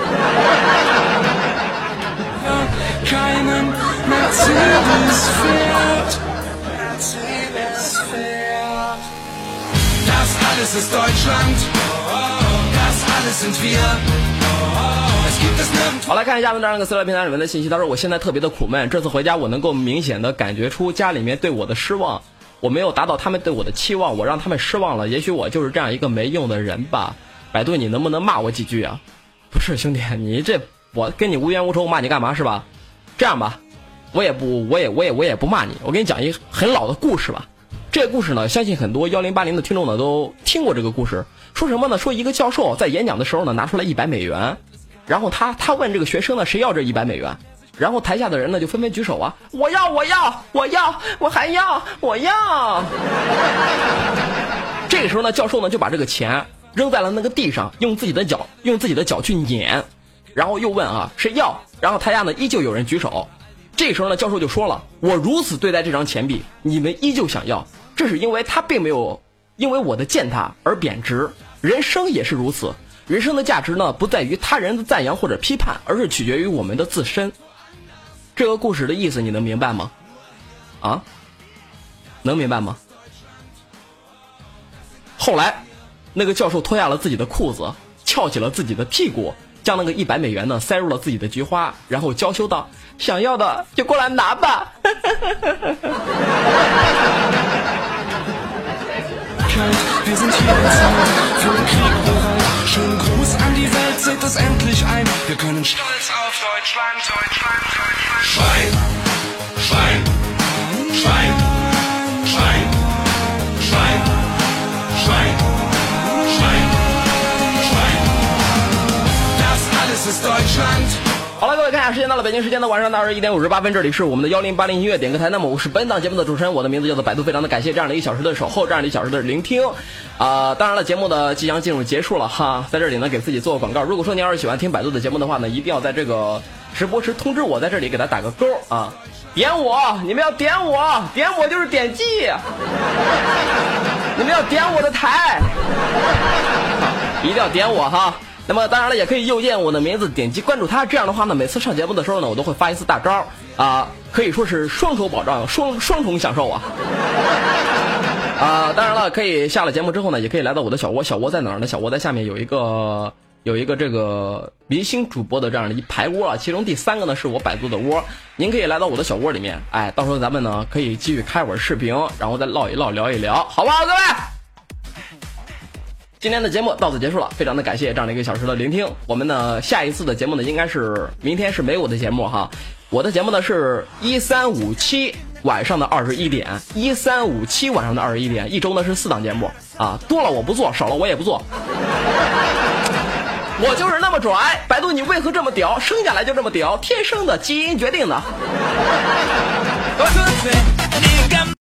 好，来看一下我们这样一个私聊平台里面的信息。他说：“我现在特别的苦闷，这次回家我能够明显的感觉出家里面对我的失望，我没有达到他们对我的期望，我让他们失望了。也许我就是这样一个没用的人吧。百度，你能不能骂我几句啊？不是兄弟，你这我跟你无冤无仇，骂你干嘛是吧？这样吧，我也不骂你，我给你讲一个很老的故事吧。这个故事呢，相信很多1080的听众呢都听过这个故事。说什么呢？说一个教授在演讲的时候呢，拿出来100美元，然后他问这个学生呢，谁要这100美元？然后台下的人呢就纷纷举手啊，我要，我还要，我要。这个时候呢，教授呢就把这个钱扔在了那个地上，用自己的脚去碾，然后又问啊，谁要？然后台下呢依旧有人举手。这时候呢，教授就说了，我如此对待这张钱币，你们依旧想要，这是因为他并没有因为我的践踏而贬值。人生也是如此，人生的价值呢不在于他人的赞扬或者批判，而是取决于我们的自身。这个故事的意思你能明白吗？啊，能明白吗？后来那个教授脱下了自己的裤子，翘起了自己的屁股，将那个100美元呢塞入了自己的菊花，然后娇羞道，想要的就过来拿吧。 Wir sind hier in Zeit für den Krieg bereit. Schönen Gruß an die Welt, seht das endlich ein. Wir können stolz auf Deutschland. Schwein, Schwein, Schwein, Schwein, Schwein, Schwein, Schwein, Schwein. Das alles ist Deutschland. 好了，各位，看一下时间，到了北京时间的晚上的21点58分，这里是我们的1080音乐点歌台。那么我是本档节目的主持人，我的名字叫做百度，非常的感谢这样的1小时的守候，这样的1小时的聆听。当然了，节目的即将进入结束了哈，在这里呢给自己做个广告。如果说你要是喜欢听百度的节目的话呢，一定要在这个直播时通知我，在这里给他打个勾啊，点我，你们要点我，点我就是点击，你们要点我的台，一定要点我哈。那么当然了，也可以右键我的名字，点击关注他。这样的话呢，每次上节目的时候呢，我都会发一次大招啊，可以说是双手保障，双重享受啊。当然了，可以下了节目之后呢，也可以来到我的小窝。小窝在哪儿呢？小窝在下面有一个这个明星主播的这样的一排窝啊，其中第3个呢是我百度的窝。您可以来到我的小窝里面，哎，到时候咱们呢可以继续开会视频，然后再唠一唠，聊一聊，好不好，各位？今天的节目到此结束了，非常的感谢这样的1个小时的聆听。我们呢下一次的节目呢应该是明天，是没有我的节目哈，我的节目呢是1357晚上的21点，1357晚上的21点，一周呢是4档节目啊，多了我不做，少了我也不做。我就是那么拽，百度你为何这么屌？生下来就这么屌，天生的，基因决定的。